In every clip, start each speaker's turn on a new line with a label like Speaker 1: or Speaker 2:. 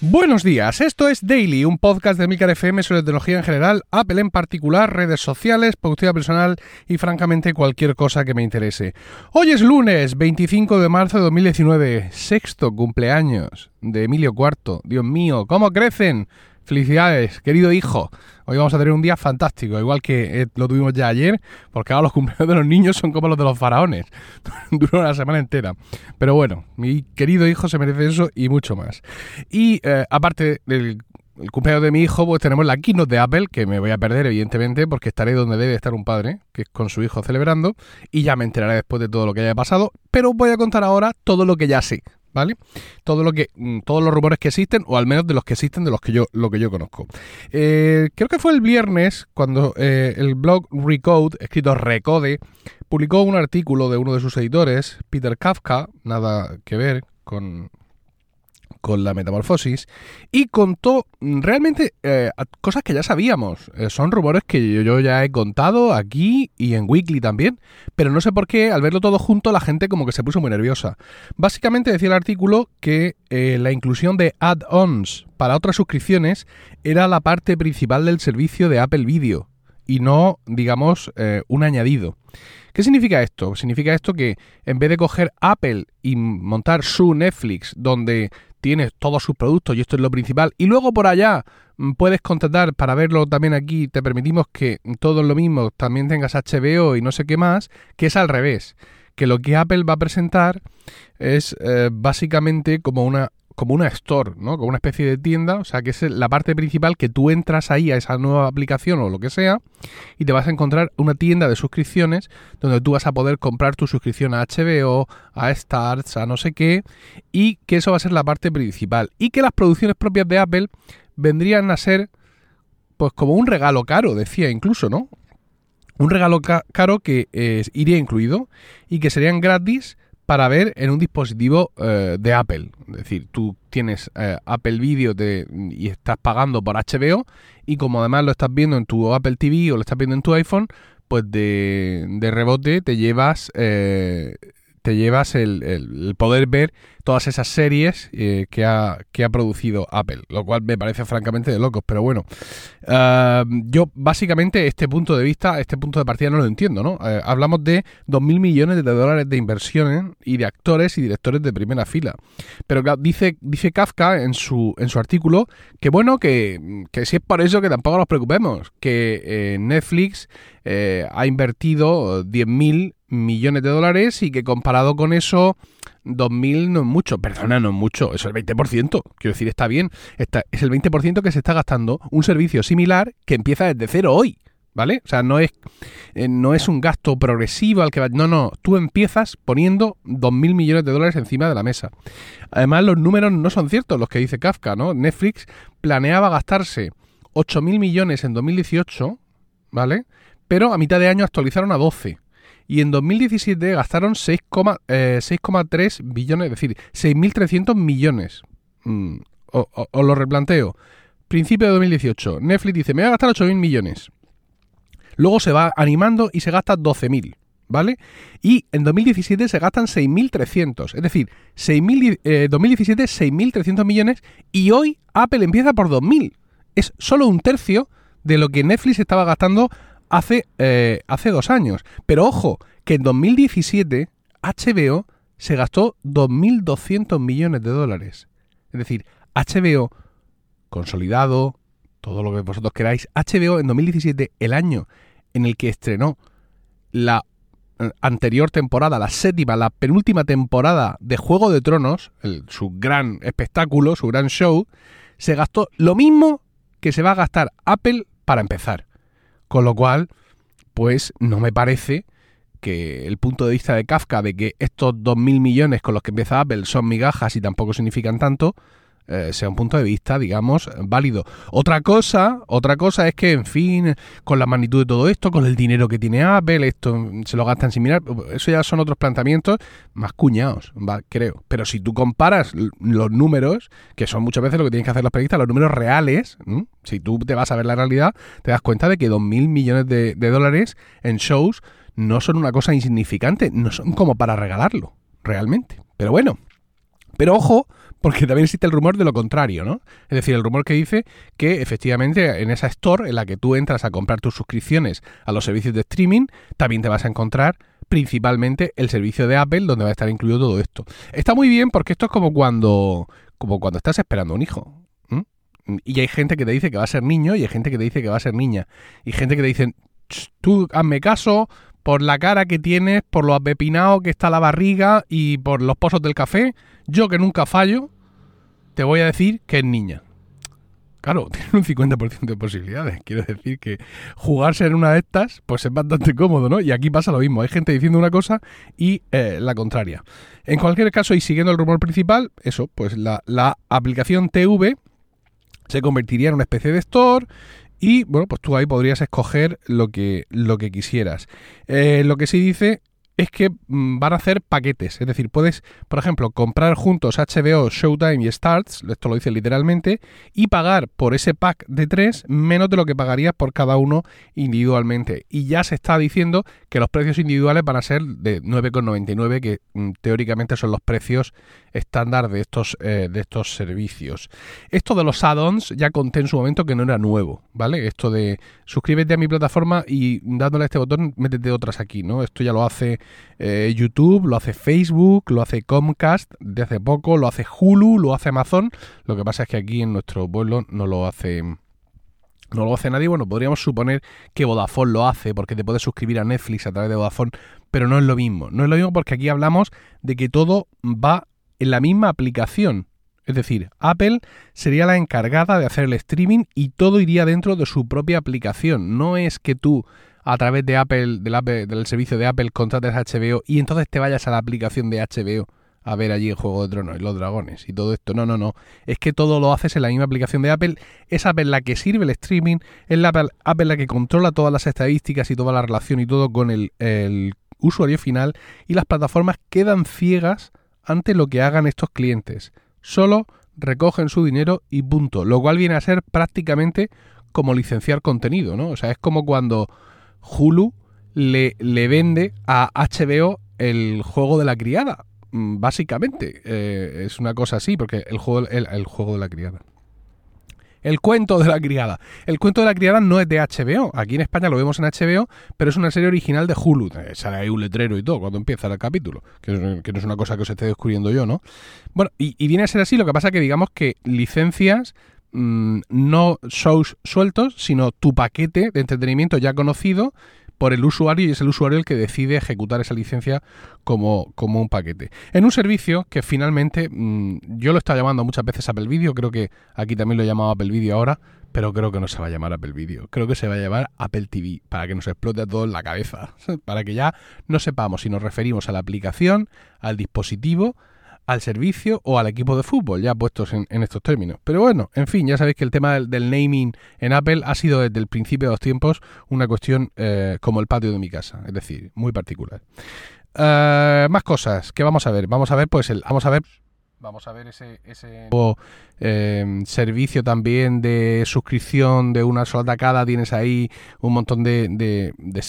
Speaker 1: Buenos días, esto es Daily, un podcast de Emilcar FM sobre tecnología en general, Apple en particular, redes sociales, productividad personal y francamente cualquier cosa que me interese. Hoy es lunes 25 de marzo de 2019, sexto cumpleaños de Emilio IV. Dios mío, ¿cómo crecen? Felicidades, querido hijo. Hoy vamos a tener un día fantástico, igual que lo tuvimos ya ayer, porque ahora los cumpleaños de los niños son como los de los faraones. Duró una semana entera. Pero bueno, mi querido hijo se merece eso y mucho más. Y aparte del cumpleaños de mi hijo, pues tenemos la keynote de Apple, que me voy a perder evidentemente, porque estaré donde debe estar un padre, que es con su hijo celebrando, y ya me enteraré después de todo lo que haya pasado, pero voy a contar ahora todo lo que ya sé. ¿Vale? Todos los rumores que existen, o al menos de los que existen, de lo que yo conozco. Creo que fue el viernes cuando el blog Recode, escrito Recode, publicó un artículo de uno de sus editores, Peter Kafka, nada que ver con la metamorfosis, y contó realmente cosas que ya sabíamos. Son rumores que yo ya he contado aquí y en Weekly también, pero no sé por qué al verlo todo junto la gente como que se puso muy nerviosa. Básicamente decía el artículo que la inclusión de add-ons para otras suscripciones era la parte principal del servicio de Apple Video y no, digamos, un añadido. ¿Qué significa esto? Significa esto que en vez de coger Apple y montar su Netflix, donde tienes todos sus productos y esto es lo principal, y luego por allá puedes contratar para verlo también aquí, te permitimos que todo es lo mismo, también tengas HBO y no sé qué más, que es al revés, que lo que Apple va a presentar es básicamente como una store, ¿no? Como una especie de tienda, o sea que es la parte principal que tú entras ahí a esa nueva aplicación o lo que sea y te vas a encontrar una tienda de suscripciones donde tú vas a poder comprar tu suscripción a HBO, a Starz, a no sé qué, y que eso va a ser la parte principal y que las producciones propias de Apple vendrían a ser pues como un regalo caro, decía incluso, ¿no? Un regalo caro que iría incluido y que serían gratis para ver en un dispositivo de Apple. Es decir, tú tienes Apple Video y estás pagando por HBO y como además lo estás viendo en tu Apple TV o lo estás viendo en tu iPhone, pues de rebote te llevas el poder ver todas esas series que ha producido Apple, lo cual me parece francamente de locos, pero bueno, yo básicamente este punto de partida no lo entiendo, ¿no? Hablamos de 2.000 millones de dólares de inversiones y de actores y directores de primera fila, pero dice Kafka en su artículo que bueno, que si es por eso que tampoco nos preocupemos, que Netflix ha invertido 10.000 millones de dólares y que comparado con eso 2.000 no es mucho, perdona, no es mucho, eso es el 20%, quiero decir, está bien, es el 20% que se está gastando un servicio similar que empieza desde cero hoy, ¿vale? O sea, no es un gasto progresivo al que va, no, tú empiezas poniendo 2.000 millones de dólares encima de la mesa. Además, los números no son ciertos los que dice Kafka, ¿no? Netflix planeaba gastarse 8.000 millones en 2018, ¿vale? Pero a mitad de año actualizaron a 12. Y en 2017 gastaron 6,3 billones, es decir, 6.300 millones. Os lo replanteo. Principio de 2018, Netflix dice, me voy a gastar 8.000 millones. Luego se va animando y se gasta 12.000, ¿vale? Y en 2017 se gastan 6.300. Es decir, 2017 6.300 millones y hoy Apple empieza por 2.000. Es solo un tercio de lo que Netflix estaba gastando hace 2 años. Pero ojo, que en 2017 HBO se gastó 2.200 millones de dólares. Es decir, HBO consolidado, todo lo que vosotros queráis, HBO en 2017, el año en el que estrenó la anterior temporada, la séptima, la penúltima temporada de Juego de Tronos, su gran espectáculo, su gran show, se gastó lo mismo que se va a gastar Apple para empezar. Con lo cual, pues no me parece que el punto de vista de Kafka de que estos 2.000 millones con los que empieza Apple son migajas y tampoco significan tanto, sea un punto de vista, digamos, válido. Otra cosa es que, en fin, con la magnitud de todo esto, con el dinero que tiene Apple, esto se lo gastan sin mirar, eso ya son otros planteamientos más cuñados, creo. Pero si tú comparas los números, que son muchas veces lo que tienen que hacer los periodistas, los números reales, si tú te vas a ver la realidad, te das cuenta de que 2.000 millones de dólares en shows no son una cosa insignificante, no son como para regalarlo, realmente. Pero bueno, pero ojo, porque también existe el rumor de lo contrario, ¿no? Es decir, el rumor que dice que efectivamente en esa store en la que tú entras a comprar tus suscripciones a los servicios de streaming, también te vas a encontrar principalmente el servicio de Apple, donde va a estar incluido todo esto. Está muy bien porque esto es como cuando estás esperando un hijo. Y hay gente que te dice que va a ser niño y hay gente que te dice que va a ser niña. Y gente que te dice, tú hazme caso por la cara que tienes, por lo apepinado que está la barriga y por los pozos del café. Yo, que nunca fallo, te voy a decir que es niña. Claro, tiene un 50% de posibilidades. Quiero decir que jugarse en una de estas pues es bastante cómodo, ¿no? Y aquí pasa lo mismo. Hay gente diciendo una cosa y la contraria. En cualquier caso, y siguiendo el rumor principal, eso, pues la aplicación TV se convertiría en una especie de store y, bueno, pues tú ahí podrías escoger lo que quisieras. Lo que sí dice es que van a hacer paquetes. Es decir, puedes, por ejemplo, comprar juntos HBO, Showtime y Starz, esto lo dice literalmente, y pagar por ese pack de 3 menos de lo que pagarías por cada uno individualmente. Y ya se está diciendo que los precios individuales van a ser de 9,99, que teóricamente son los precios estándar de estos servicios. Esto de los add-ons ya conté en su momento que no era nuevo, ¿vale? Esto de suscríbete a mi plataforma y dándole a este botón métete otras aquí, ¿no? Esto ya lo hace YouTube, lo hace Facebook, lo hace Comcast de hace poco, lo hace Hulu, lo hace Amazon. Lo que pasa es que aquí en nuestro pueblo no lo hace nadie. Bueno, podríamos suponer que Vodafone lo hace porque te puedes suscribir a Netflix a través de Vodafone, pero no es lo mismo. No es lo mismo porque aquí hablamos de que todo va en la misma aplicación. Es decir, Apple sería la encargada de hacer el streaming y todo iría dentro de su propia aplicación. No es que tú a través de Apple, del servicio de Apple, contrates HBO y entonces te vayas a la aplicación de HBO a ver allí el Juego de Tronos y los dragones y todo esto. No. Es que todo lo haces en la misma aplicación de Apple. Es Apple la que sirve el streaming, es Apple la que controla todas las estadísticas y toda la relación y todo con el usuario final, y las plataformas quedan ciegas ante lo que hagan estos clientes. Solo recogen su dinero y punto. Lo cual viene a ser prácticamente como licenciar contenido, ¿no? O sea, es como cuando Hulu le vende a HBO el juego de la criada. Básicamente, es una cosa así, porque el juego de la criada. El cuento de la criada. El cuento de la criada no es de HBO. Aquí en España lo vemos en HBO, pero es una serie original de Hulu. Sale ahí un letrero y todo cuando empieza el capítulo, que no es una cosa que os esté descubriendo yo, ¿no? Bueno, y viene a ser así. Lo que pasa que digamos que licencias no shows sueltos, sino tu paquete de entretenimiento ya conocido por el usuario, y es el usuario el que decide ejecutar esa licencia como un paquete. En un servicio que finalmente, yo lo estaba llamando muchas veces Apple Video, creo que aquí también lo he llamado Apple Video ahora, pero creo que no se va a llamar Apple Video, creo que se va a llamar Apple TV, para que nos explote a todos la cabeza, para que ya no sepamos si nos referimos a la aplicación, al dispositivo, al servicio o al equipo de fútbol, ya puestos en estos términos. Pero bueno, en fin, ya sabéis que el tema del naming en Apple ha sido desde el principio de los tiempos una cuestión como el patio de mi casa, es decir, muy particular. Más cosas que vamos a ver. Vamos a ver ese nuevo servicio también de suscripción de una sola tacada. Tienes ahí un montón de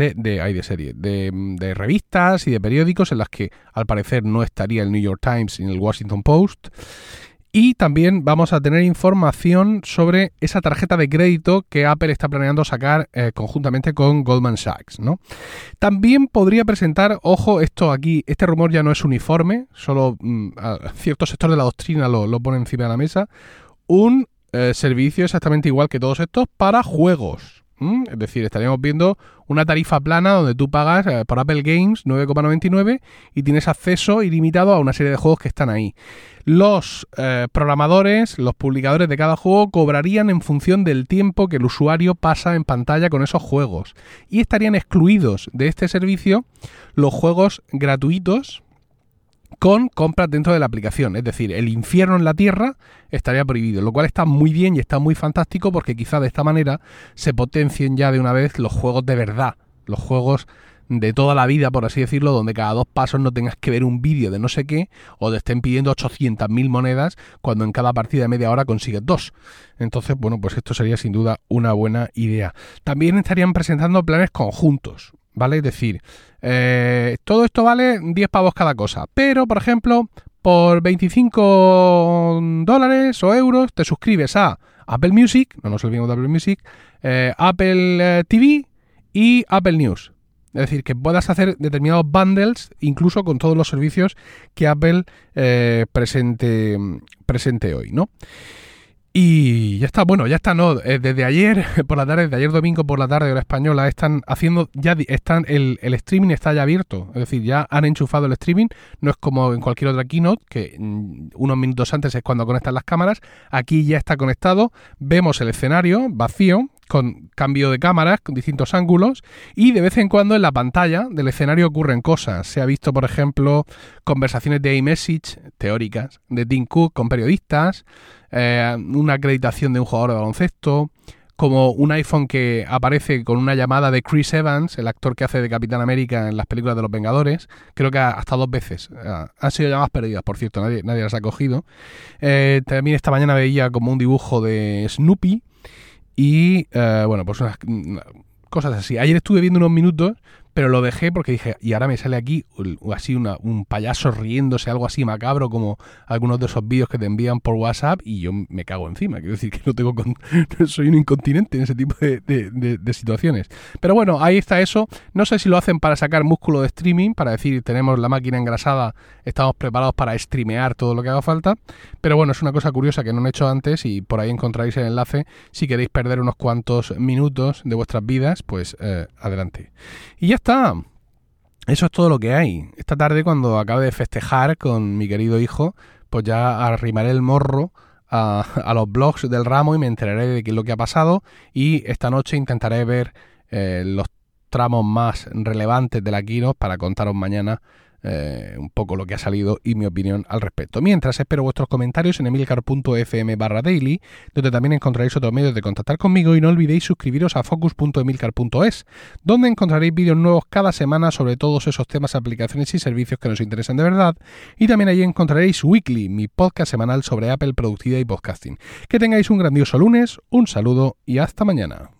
Speaker 1: revistas y de periódicos en las que al parecer no estaría el New York Times ni el Washington Post. Y también vamos a tener información sobre esa tarjeta de crédito que Apple está planeando sacar conjuntamente con Goldman Sachs, ¿no? También podría presentar, ojo, esto aquí, este rumor ya no es uniforme, solo cierto sector de la doctrina lo pone encima de la mesa, un servicio exactamente igual que todos estos para juegos. Es decir, estaríamos viendo una tarifa plana donde tú pagas por Apple Games 9,99 y tienes acceso ilimitado a una serie de juegos que están ahí. Los programadores, los publicadores de cada juego cobrarían en función del tiempo que el usuario pasa en pantalla con esos juegos. Y estarían excluidos de este servicio los juegos gratuitos con compras dentro de la aplicación. Es decir, el infierno en la tierra estaría prohibido, lo cual está muy bien y está muy fantástico porque quizá de esta manera se potencien ya de una vez los juegos de verdad, los juegos de toda la vida, por así decirlo, donde cada 2 pasos no tengas que ver un vídeo de no sé qué o te estén pidiendo 800.000 monedas cuando en cada partida de media hora consigues 2. Entonces, bueno, pues esto sería sin duda una buena idea. También estarían presentando planes conjuntos, ¿vale? Es decir, todo esto vale 10 pavos cada cosa, pero, por ejemplo, por $25 o euros te suscribes a Apple Music, no nos olvidemos de Apple Music, Apple TV y Apple News. Es decir, que puedas hacer determinados bundles, incluso con todos los servicios que Apple presente hoy, ¿no? Y ya está, bueno, ya está, no, desde ayer por la tarde, desde ayer domingo por la tarde, hora española, están haciendo, el streaming está ya abierto, es decir, ya han enchufado el streaming, no es como en cualquier otra keynote, que unos minutos antes es cuando conectan las cámaras, aquí ya está conectado, vemos el escenario vacío, con cambio de cámaras, con distintos ángulos, y de vez en cuando en la pantalla del escenario ocurren cosas. Se ha visto, por ejemplo, conversaciones de iMessage teóricas de Tim Cook con periodistas, una acreditación de un jugador de baloncesto, como un iPhone que aparece con una llamada de Chris Evans, el actor que hace de Capitán América en las películas de los Vengadores, creo que hasta 2 veces. Han sido llamadas perdidas, por cierto, nadie las ha cogido. También esta mañana veía como un dibujo de Snoopy, y bueno, pues unas cosas así. Ayer estuve viendo unos minutos, pero lo dejé porque dije, y ahora me sale aquí así un payaso riéndose, algo así macabro, como algunos de esos vídeos que te envían por WhatsApp, y yo me cago encima. Quiero decir que no soy un incontinente en ese tipo de situaciones. Pero bueno, ahí está eso. No sé si lo hacen para sacar músculo de streaming, para decir, tenemos la máquina engrasada, estamos preparados para streamear todo lo que haga falta. Pero bueno, es una cosa curiosa que no han hecho antes, y por ahí encontraréis el enlace. Si queréis perder unos cuantos minutos de vuestras vidas, pues adelante. Y ya está. Eso es todo lo que hay. Esta tarde, cuando acabe de festejar con mi querido hijo, pues ya arrimaré el morro a los blogs del ramo y me enteraré de qué es lo que ha pasado, y esta noche intentaré ver los tramos más relevantes de la keynote para contaros mañana un poco lo que ha salido y mi opinión al respecto. Mientras, espero vuestros comentarios en emilcar.fm/daily, donde también encontraréis otros medios de contactar conmigo, y no olvidéis suscribiros a focus.emilcar.es, donde encontraréis vídeos nuevos cada semana sobre todos esos temas, aplicaciones y servicios que nos interesan de verdad, y también allí encontraréis Weekly, mi podcast semanal sobre Apple, productividad y podcasting. Que tengáis un grandioso lunes, un saludo y hasta mañana.